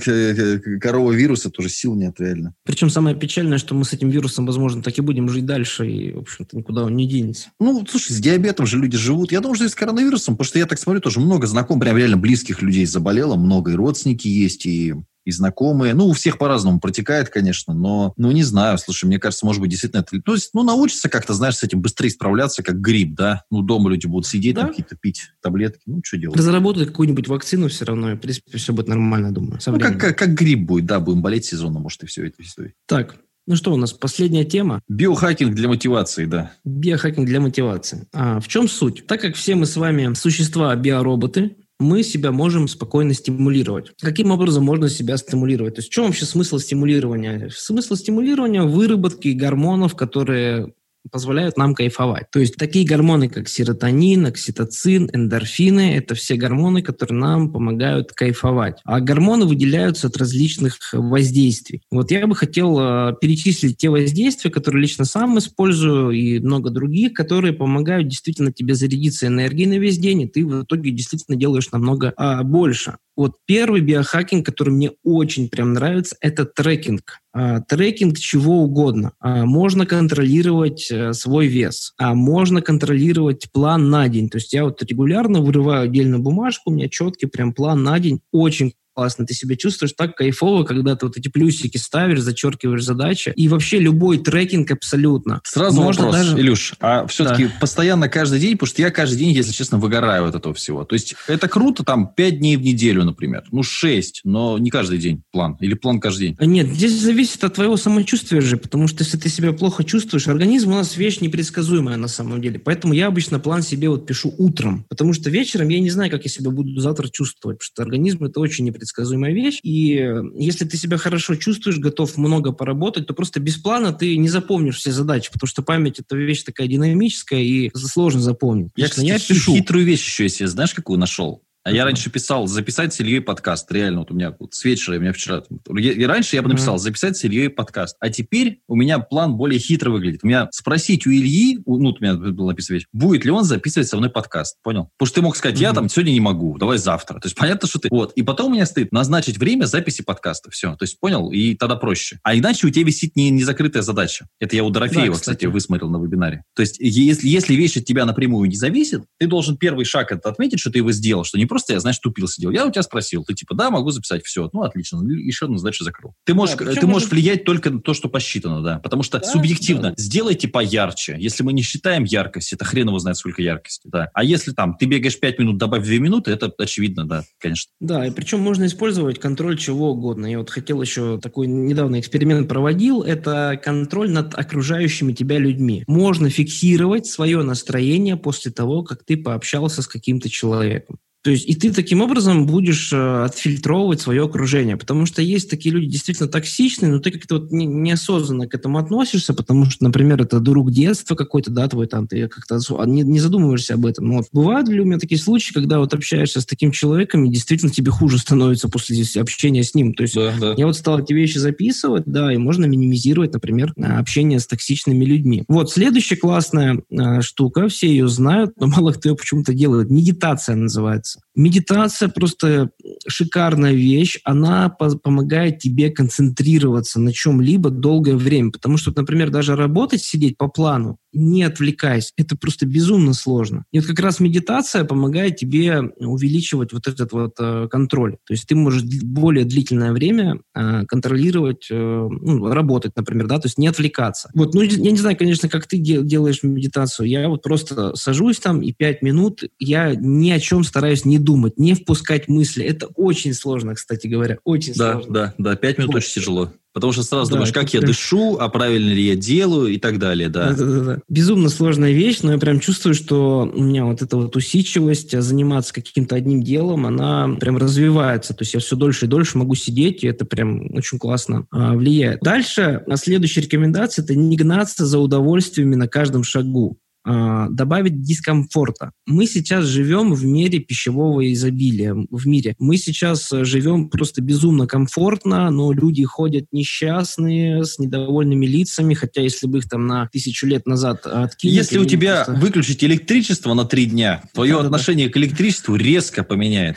корова вируса тоже сил нет реально. Причем самое печальное, что мы с этим вирусом, возможно, так и будем жить дальше, и, в общем-то, никуда он не денется. Ну, слушай, с диабетом же люди живут. Я думаю, что и с коронавирусом, потому что я так смотрю, тоже много знакомых, прям реально близких людей заболело, много и родственники есть, и... и знакомые. Ну, у всех по-разному протекает, конечно, но, ну, не знаю, слушай, мне кажется, может быть, действительно это... То есть, ну, научиться как-то, знаешь, с этим быстрее справляться, как грипп, да? Ну, дома люди будут сидеть, да? Там какие-то пить таблетки, ну, что делать? Разработать какую-нибудь вакцину все равно, и, в принципе, все будет нормально, думаю. Ну, как, как, как грипп будет, да, будем болеть сезонно, может, и все это. Все. Так, ну что у нас, последняя тема? Биохакинг для мотивации, да. Биохакинг для мотивации. А в чем суть? Так как все мы с вами существа биороботы, мы себя можем спокойно стимулировать. Каким образом можно себя стимулировать? То есть в чем вообще смысл стимулирования? Смысл стимулирования в выработке гормонов, которые позволяют нам кайфовать. То есть такие гормоны, как серотонин, окситоцин, эндорфины, это все гормоны, которые нам помогают кайфовать. А гормоны выделяются от различных воздействий. Вот я бы хотел э, перечислить те воздействия, которые лично сам использую, и много других, которые помогают действительно тебе зарядиться энергией на весь день, и ты в итоге действительно делаешь намного э, больше. Вот первый биохакинг, который мне очень прям нравится, это трекинг. А, трекинг чего угодно. А, можно контролировать а, свой вес, а можно контролировать план на день. То есть я вот регулярно вырываю отдельную бумажку, у меня четкий прям план на день, очень классно. Ты себя чувствуешь так кайфово, когда ты вот эти плюсики ставишь, зачеркиваешь задачи. И вообще любой трекинг абсолютно. Сразу Можно вопрос, даже... Илюш, а все-таки да. постоянно каждый день, потому что я каждый день, если честно, выгораю от этого всего. То есть это круто, там, пять дней в неделю, например. Ну, шесть, но не каждый день план. Или план каждый день. Нет, здесь зависит от твоего самочувствия же, потому что если ты себя плохо чувствуешь, организм у нас вещь непредсказуемая на самом деле. Поэтому я обычно план себе вот пишу утром, потому что вечером я не знаю, как я себя буду завтра чувствовать, потому что организм – это очень непредсказуемая вещь. И если ты себя хорошо чувствуешь, готов много поработать, то просто без плана ты не запомнишь все задачи, потому что память – это вещь такая динамическая и сложно запомнить. Я, кстати, я пишу. Хитрую вещь еще себе, знаешь, какую нашел? А uh-huh. я раньше писал записать с Ильей подкаст. Реально, вот у меня вот с вечера, у меня вчера... И раньше я бы написал uh-huh. записать с Ильей подкаст. А теперь у меня план более хитро выглядит. У меня спросить у Ильи, ну, у меня было написано вещь, будет ли он записывать со мной подкаст. Понял? Потому что ты мог сказать, uh-huh. я там сегодня не могу, давай завтра. То есть понятно, что ты... Вот. И потом у меня стоит назначить время записи подкаста. Все. То есть понял? И тогда проще. А иначе у тебя висит не, не закрытая задача. Это я у Дорофеева, да, кстати, кстати, высмотрел на вебинаре. То есть если, если вещь от тебя напрямую не зависит, ты должен первый шаг это отметить, что ты его сделал, что не просто я, знаешь, тупил сидел. Я у тебя спросил, ты типа, да, могу записать, все. Ну, отлично, еще одну задачу закрыл. Ты можешь, да, ты можешь влиять только на то, что посчитано, да, потому что да, субъективно. Да. Сделайте поярче. Если мы не считаем яркость, это хрен его знает, сколько яркости, да. А если там ты бегаешь пять минут, добавь две минуты, это очевидно, да, конечно. Да, и причем можно использовать контроль чего угодно. Я вот хотел еще такой недавно эксперимент проводил, это контроль над окружающими тебя людьми. Можно фиксировать свое настроение после того, как ты пообщался с каким-то человеком. То есть и ты таким образом будешь э, отфильтровывать свое окружение, потому что есть такие люди действительно токсичные, но ты как-то вот не, неосознанно к этому относишься, потому что, например, это друг детства какой-то, да, твой там, ты как-то не, не задумываешься об этом. Но вот бывают ли у меня такие случаи, когда вот общаешься с таким человеком, и действительно тебе хуже становится после общения с ним. То есть да, да. я вот стал эти вещи записывать, да, и можно минимизировать, например, общение с токсичными людьми. Вот, следующая классная э, штука, все ее знают, но мало кто ее почему-то делает. Медитация называется. Медитация просто шикарная вещь. Она по- помогает тебе концентрироваться на чем-либо долгое время. Потому что, например, даже работать, сидеть по плану, не отвлекаясь, это просто безумно сложно. И вот как раз медитация помогает тебе увеличивать вот этот вот э, контроль. То есть ты можешь более длительное время э, контролировать, э, ну, работать, например, да, то есть не отвлекаться. Вот, ну, я не знаю, конечно, как ты дел- делаешь медитацию. Я вот просто сажусь там и пять минут, я ни о чем стараюсь не думать, не впускать мысли. Это очень сложно, кстати говоря, очень да, сложно. Да, да, да, пять минут вот. Очень тяжело. Потому что сразу да, думаешь, как я прям... дышу, а правильно ли я делаю и так далее, да. Да, да, да. Безумно сложная вещь, но я прям чувствую, что у меня вот эта вот усидчивость, заниматься каким-то одним делом, она прям развивается. То есть я все дольше и дольше могу сидеть, и это прям очень классно а, влияет. Дальше, следующая рекомендация – это не гнаться за удовольствиями на каждом шагу. Добавить дискомфорта. Мы сейчас живем в мире пищевого изобилия, в мире. Мы сейчас живем просто безумно комфортно, но люди ходят несчастные, с недовольными лицами, хотя если бы их там на тысячу лет назад откинули... Если у тебя просто... выключить электричество на три дня, твое да, отношение да, да. к электричеству резко поменяется.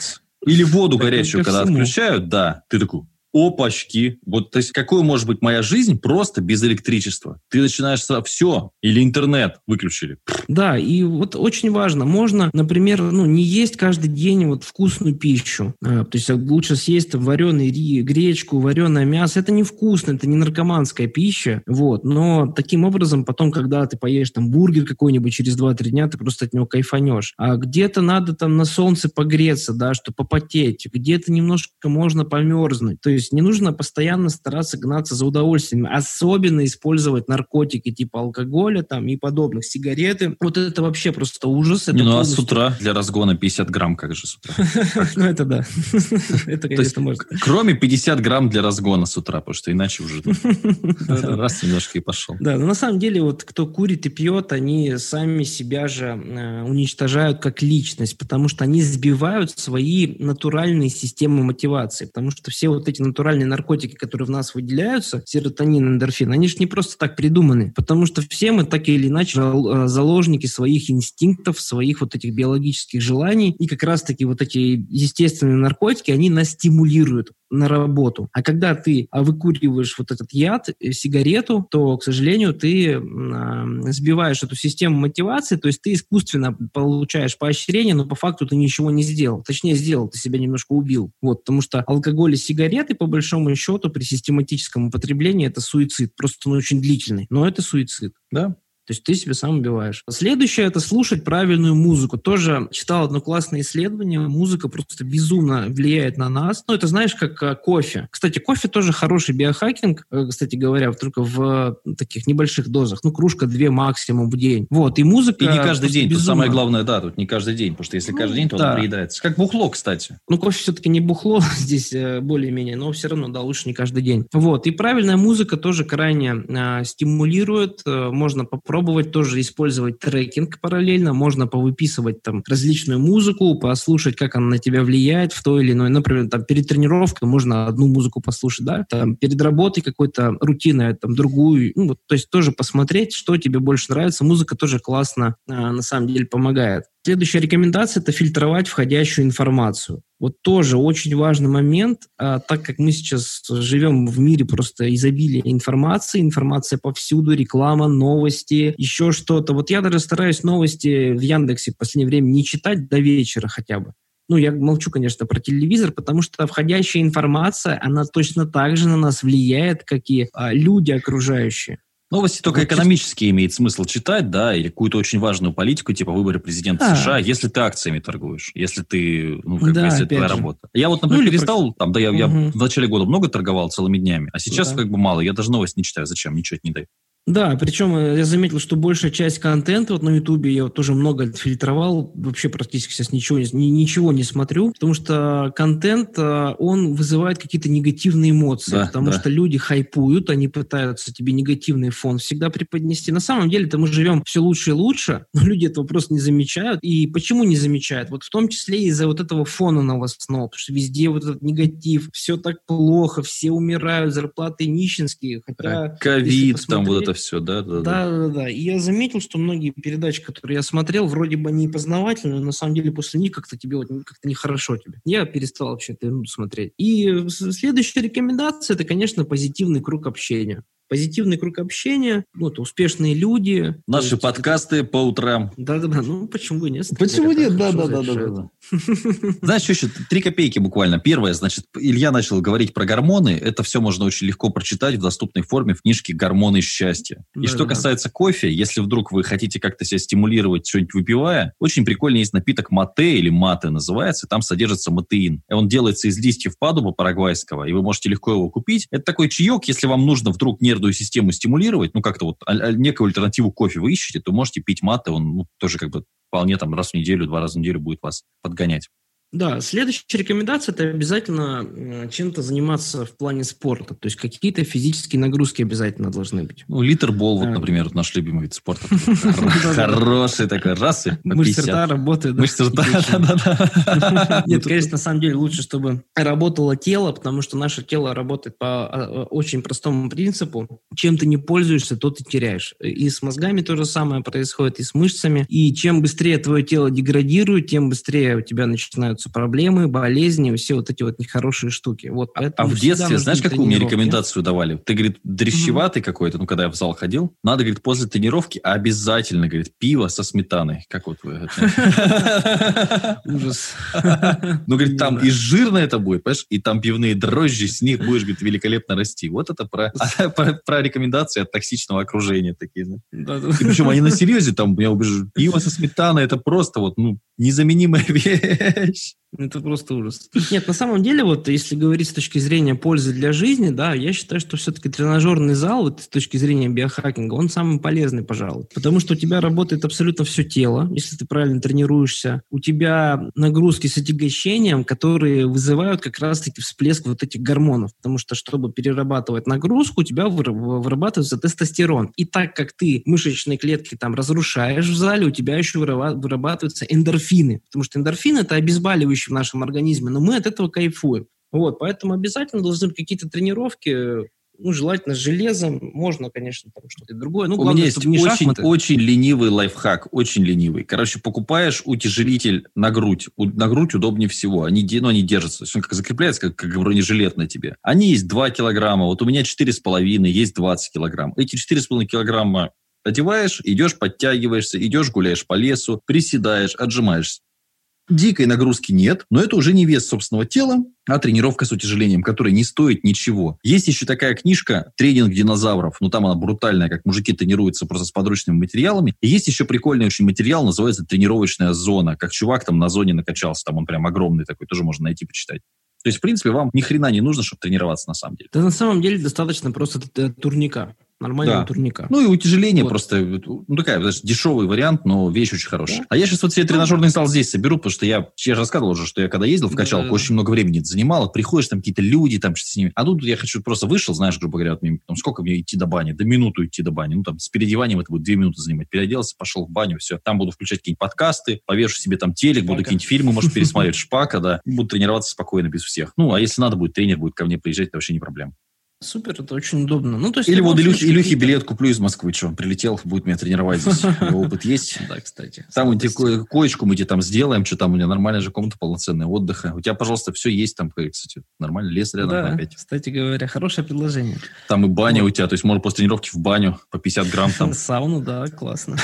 Или воду Так горячую, ко когда всему. отключают, да, ты такой, опачки. Вот, то есть, какой может быть моя жизнь просто без электричества? Ты начинаешь сразу, все, или интернет выключили. Да, и вот очень важно, можно, например, ну, не есть каждый день вот вкусную пищу. А, то есть лучше съесть там вареный ри, гречку, вареное мясо. Это невкусно, это не наркоманская пища. Вот. Но таким образом потом, когда ты поешь там бургер какой-нибудь через два-три дня, ты просто от него кайфанешь. А где-то надо там на солнце погреться, да, чтобы попотеть. Где-то немножко можно померзнуть. То есть не нужно постоянно стараться гнаться за удовольствием. Особенно использовать наркотики типа алкоголя там, и подобных, сигареты. Вот это вообще просто ужас. Не, ну а с утра для разгона пятьдесят грамм, как же с утра? Ну это да. Это, конечно, можно. Кроме пятьдесят грамм для разгона с утра, потому что иначе уже раз немножко и пошел. Да, но на самом деле вот кто курит и пьет, они сами себя же уничтожают как личность, потому что они сбивают свои натуральные системы мотивации, потому что все вот эти натуральные наркотики, которые в нас выделяются, серотонин, эндорфин, они же не просто так придуманы, потому что все мы так или иначе заложники своих инстинктов, своих вот этих биологических желаний, и как раз-таки вот эти естественные наркотики, они нас стимулируют на работу. А когда ты выкуриваешь вот этот яд, сигарету, то, к сожалению, ты сбиваешь эту систему мотивации, то есть ты искусственно получаешь поощрение, но по факту ты ничего не сделал. Точнее, сделал, ты себя немножко убил. Вот, потому что алкоголь и сигареты, по большому счету, при систематическом употреблении это суицид. Просто он очень длительный, но это суицид. Да. То есть ты себя сам убиваешь. Следующее – это слушать правильную музыку. Тоже читал одно классное исследование. Музыка просто безумно влияет на нас. Ну, это знаешь, как а, кофе. Кстати, кофе тоже хороший биохакинг, кстати говоря, только в таких небольших дозах. Ну, кружка-две максимум в день. Вот, и музыка… И не каждый день. Безумно. Тут самое главное, да, тут не каждый день. Потому что если ну, каждый день, то да. он приедается. Как бухло, кстати. Ну, кофе все-таки не бухло здесь более-менее, но все равно, да, лучше не каждый день. Вот, и правильная музыка тоже крайне а, стимулирует. А, можно попробовать тоже использовать трекинг параллельно, можно повыписывать там различную музыку, послушать, как она на тебя влияет в той или иной, например, там перед тренировкой можно одну музыку послушать, да, там перед работой какой-то рутиной, там другую, ну, вот, то есть тоже посмотреть, что тебе больше нравится. Музыка тоже классно а, на самом деле помогает. Следующая рекомендация – это фильтровать входящую информацию. Вот тоже очень важный момент, а, так как мы сейчас живем в мире просто изобилия информации, информация повсюду, реклама, новости, еще что-то. Вот я даже стараюсь новости в Яндексе в последнее время не читать до вечера хотя бы. Ну, я молчу, конечно, про телевизор, потому что входящая информация, она точно так же на нас влияет, как и а, люди окружающие. Новости только вот экономически имеет смысл читать, да, или какую-то очень важную политику, типа выборы президента да. США, если ты акциями торгуешь, если ты, ну, как да, бы, если это твоя же. работа. Я вот, например, ну, перестал, про... там, да, я, угу. я в начале года много торговал целыми днями, а сейчас да. как бы мало, я даже новости не читаю, зачем, ничего не дает. Да, причем я заметил, что большая часть контента вот на Ютубе я вот тоже много фильтровал, вообще практически сейчас ничего, ни, ничего не смотрю, потому что контент, он вызывает какие-то негативные эмоции, да, потому да. что люди хайпуют, они пытаются тебе негативный фон всегда преподнести. На самом деле-то мы живем все лучше и лучше, но люди этого просто не замечают. И почему не замечают? Вот в том числе из-за вот этого фона новостного, потому что везде вот этот негатив, все так плохо, все умирают, зарплаты нищенские, хотя... Ковид, там вот это все, да, да, да, да, да, да. И я заметил, что многие передачи, которые я смотрел, вроде бы они познавательные, но на самом деле после них как-то тебе вот как-то нехорошо тебе. Я перестал вообще эту ерунду смотреть. И следующая рекомендация – это, конечно, позитивный круг общения. Позитивный круг общения, ну, это успешные люди. Наши есть, подкасты это... по утрам. Да-да-да, ну, почему бы нет? Почему нет? Да-да-да. Знаешь, что еще? Три копейки буквально. Первое, значит, Илья начал говорить про гормоны. Это все можно очень легко прочитать в доступной форме в книжке «Гормоны счастья». И что касается кофе, если вдруг вы хотите как-то себя стимулировать, что-нибудь выпивая, очень прикольный есть напиток мате или мате называется, там содержится матеин. Он делается из листьев падуба парагвайского, и вы можете легко его купить. Это такой чаек, если вам нужно вдруг нервную систему стимулировать, ну, как-то вот а- а- некую альтернативу кофе вы ищете, то можете пить мате, он ну, тоже как бы вполне там раз в неделю, два раза в неделю будет вас подгонять. Да, следующая рекомендация – это обязательно чем-то заниматься в плане спорта. То есть какие-то физические нагрузки обязательно должны быть. Ну, литербол, вот, например, наш любимый вид спорта. Хороший такой, раз и по пятьдесят. Мышцы рта работают. Мышцы рта, да-да-да. Нет, конечно, на самом деле лучше, чтобы работало тело, потому что наше тело работает по очень простому принципу. Чем ты не пользуешься, то ты теряешь. И с мозгами то же самое происходит, и с мышцами. И чем быстрее твое тело деградирует, тем быстрее у тебя начинают начинаются проблемы, болезни, все вот эти вот нехорошие штуки. Вот, а в детстве, знаешь, какую мне рекомендацию давали? Ты, говорит, дрищеватый mm-hmm. какой-то, ну, когда я в зал ходил, надо, говорит, после тренировки обязательно, говорит, пиво со сметаной. Как вот вы... Ужас. Ну, говорит, там и жирно это будет, понимаешь, и там пивные дрожжи, с них будешь, говорит, великолепно расти. Вот это про, про, про рекомендации от токсичного окружения такие. Да? И причем они на серьезе, там, я убежу, пиво со сметаной, это просто вот, ну, незаменимая вещь. Это просто ужас. Нет, на самом деле, вот если говорить с точки зрения пользы для жизни, да, я считаю, что все-таки тренажерный зал, вот с точки зрения биохакинга, он самый полезный, пожалуй. Потому что у тебя работает абсолютно все тело, если ты правильно тренируешься. У тебя нагрузки с отягощением, которые вызывают как раз-таки всплеск вот этих гормонов. Потому что, чтобы перерабатывать нагрузку, у тебя вырабатывается тестостерон. И так как ты мышечные клетки там разрушаешь в зале, у тебя еще вырабатываются эндорфины. Потому что эндорфины – это обезболивающие в нашем организме, но мы от этого кайфуем. Вот, поэтому обязательно должны быть какие-то тренировки, ну, желательно с железом, можно, конечно, там что-то другое. Ну, у главное, меня есть не очень, шахматы. очень ленивый лайфхак, очень ленивый. Короче, покупаешь утяжелитель на грудь. У, на грудь удобнее всего. Они, ну, они держатся, то есть он как закрепляется, как, как бронежилет на тебе. Они есть два килограмма, вот у меня четыре с половиной, есть двадцать килограмм. Эти четыре с половиной килограмма одеваешь, идешь, подтягиваешься, идешь, гуляешь по лесу, приседаешь, отжимаешься. Дикой нагрузки нет, но это уже не вес собственного тела, а тренировка с утяжелением, которая не стоит ничего. Есть еще такая книжка «Тренинг динозавров». Ну, там она брутальная, как мужики тренируются просто с подручными материалами. И есть еще прикольный очень материал, называется «Тренировочная зона». Как чувак там на зоне накачался, там он прям огромный такой, тоже можно найти, почитать. То есть, в принципе, вам ни хрена не нужно, чтобы тренироваться на самом деле. Да на самом деле достаточно просто турника. Нормального да. турника. Ну и утяжеление вот. Просто, ну такая, знаешь, дешевый вариант, но вещь очень хорошая. Да. А я сейчас вот себе тренажерный зал здесь соберу, потому что я, я же рассказывал уже, что я когда ездил в качалку, да. очень много времени это занимало, приходишь, там какие-то люди, там что-то с ними. А тут я хочу, просто вышел, знаешь, грубо говоря, вот, там, сколько мне идти до бани? До минуту идти до бани. Ну там с переодеванием это будет две минуты занимать. Переоделся, пошел в баню, все. Там буду включать какие-нибудь подкасты, повешу себе там телек, буду какие-нибудь фильмы, может, пересмотреть, шпака, да. Буду тренироваться спокойно, без всех. Ну, а если надо будет, тренер будет ко мне приезжать, это вообще не проблема. Супер, это очень удобно. Ну, то есть или вот Илюхе, Илюхе билет куплю из Москвы, что он прилетел, будет меня тренировать здесь. Опыт есть. Да, кстати. Там мы тебе коечку мы тебе там сделаем, что там у меня нормальная же комната полноценная отдыха. У тебя, пожалуйста, все есть там, кстати, нормально, лес рядом да, опять. Кстати говоря, хорошее предложение. Там и баня вот. У тебя, то есть можно после тренировки в баню по пятьдесят грамм там. Сауну, да, классно.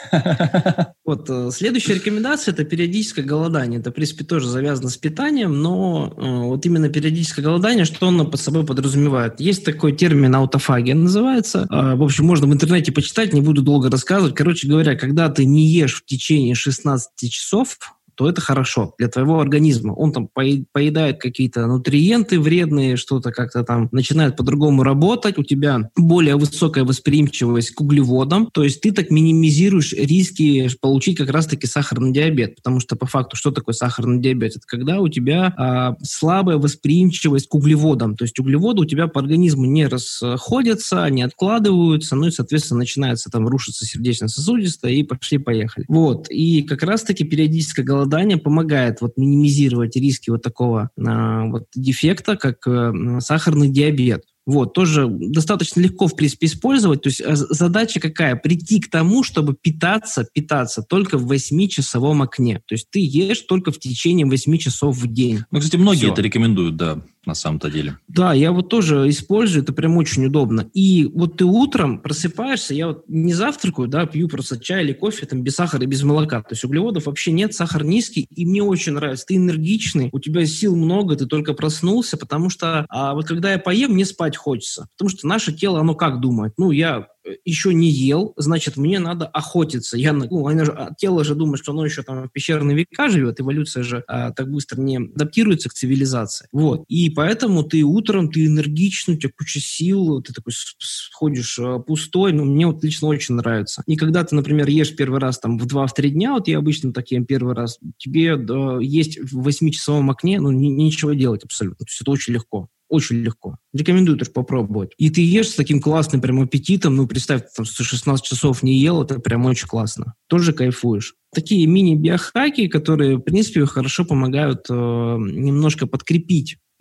Вот, следующая рекомендация – это периодическое голодание. Это, в принципе, тоже завязано с питанием, но вот именно периодическое голодание, что оно под собой подразумевает? Есть такой термин аутофагия называется. В общем, можно в интернете почитать, не буду долго рассказывать. Короче говоря, когда ты не ешь в течение шестнадцати часов, то это хорошо для твоего организма. Он там поедает какие-то нутриенты вредные, что-то как-то там начинает по-другому работать, у тебя более высокая восприимчивость к углеводам, то есть ты так минимизируешь риски получить как раз-таки сахарный диабет, потому что по факту что такое сахарный диабет? Это когда у тебя а, слабая восприимчивость к углеводам, то есть углеводы у тебя по организму не расходятся, не откладываются, ну и, соответственно, начинается там рушиться сердечно-сосудистое, и пошли-поехали. Вот, и как раз-таки периодическое голодание Голодание помогает вот минимизировать риски вот такого а, вот дефекта, как а, сахарный диабет. Вот, тоже достаточно легко, в принципе, использовать. То есть задача какая? Прийти к тому, чтобы питаться, питаться только в восьмичасовом окне. То есть ты ешь только в течение восьми часов в день. Ну, кстати, многие Все. это рекомендуют, да, на самом-то деле. Да, я вот тоже использую, это прям очень удобно. И вот ты утром просыпаешься, я вот не завтракаю, да, пью просто чай или кофе, там, без сахара и без молока. То есть углеводов вообще нет, сахар низкий, и мне очень нравится. Ты энергичный, у тебя сил много, ты только проснулся, потому что а вот когда я поем, мне спать хочется. Потому что наше тело, оно как думает? Ну, я еще не ел, значит, мне надо охотиться. Я, ну, же, тело же думает, что оно еще там в пещерные века живет, эволюция же а, так быстро не адаптируется к цивилизации. Вот. И поэтому ты утром, ты энергичный, у тебя куча сил, ты такой ходишь а, пустой, ну, мне вот лично очень нравится. И когда ты, например, ешь первый раз там в два-три дня, вот я обычно так ем первый раз, тебе да, есть в восьмичасовом окне, ну, ни, ничего делать абсолютно. То есть это очень легко. Очень легко. Рекомендую тоже попробовать. И ты ешь с таким классным прям аппетитом, ну, представь, ты там шестнадцать часов не ел, это прям очень классно. Тоже кайфуешь. Такие мини-биохаки, которые, в принципе, хорошо помогают э, немножко подкрепить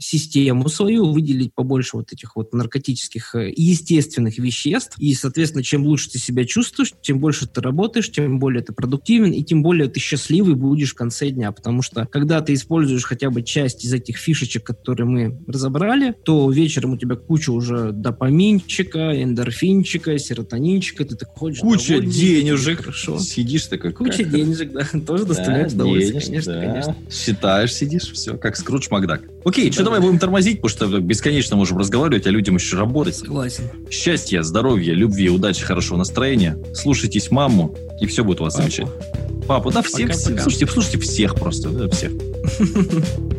систему свою, выделить побольше вот этих вот наркотических естественных веществ. И, соответственно, чем лучше ты себя чувствуешь, тем больше ты работаешь, тем более ты продуктивен, и тем более ты счастливый будешь в конце дня. Потому что, когда ты используешь хотя бы часть из этих фишечек, которые мы разобрали, то вечером у тебя куча уже допаминчика, эндорфинчика, серотонинчика, ты так ходишь куча довольный, денежек. Хорошо. Сидишь такой. Куча как... денежек, да, тоже доставляет да, удовольствие, денег, конечно, да. конечно. Считаешь, сидишь, все, как Скрудж Макдак. Окей, Да. что давай будем тормозить, потому что бесконечно можем разговаривать, а людям еще работать. Согласен. Счастья, здоровья, любви, удачи, хорошего настроения. Слушайтесь маму, и все будет у вас Папу. замечательно. Папу, да, всех, Пока-пока. слушайте, слушайте всех просто, да, всех.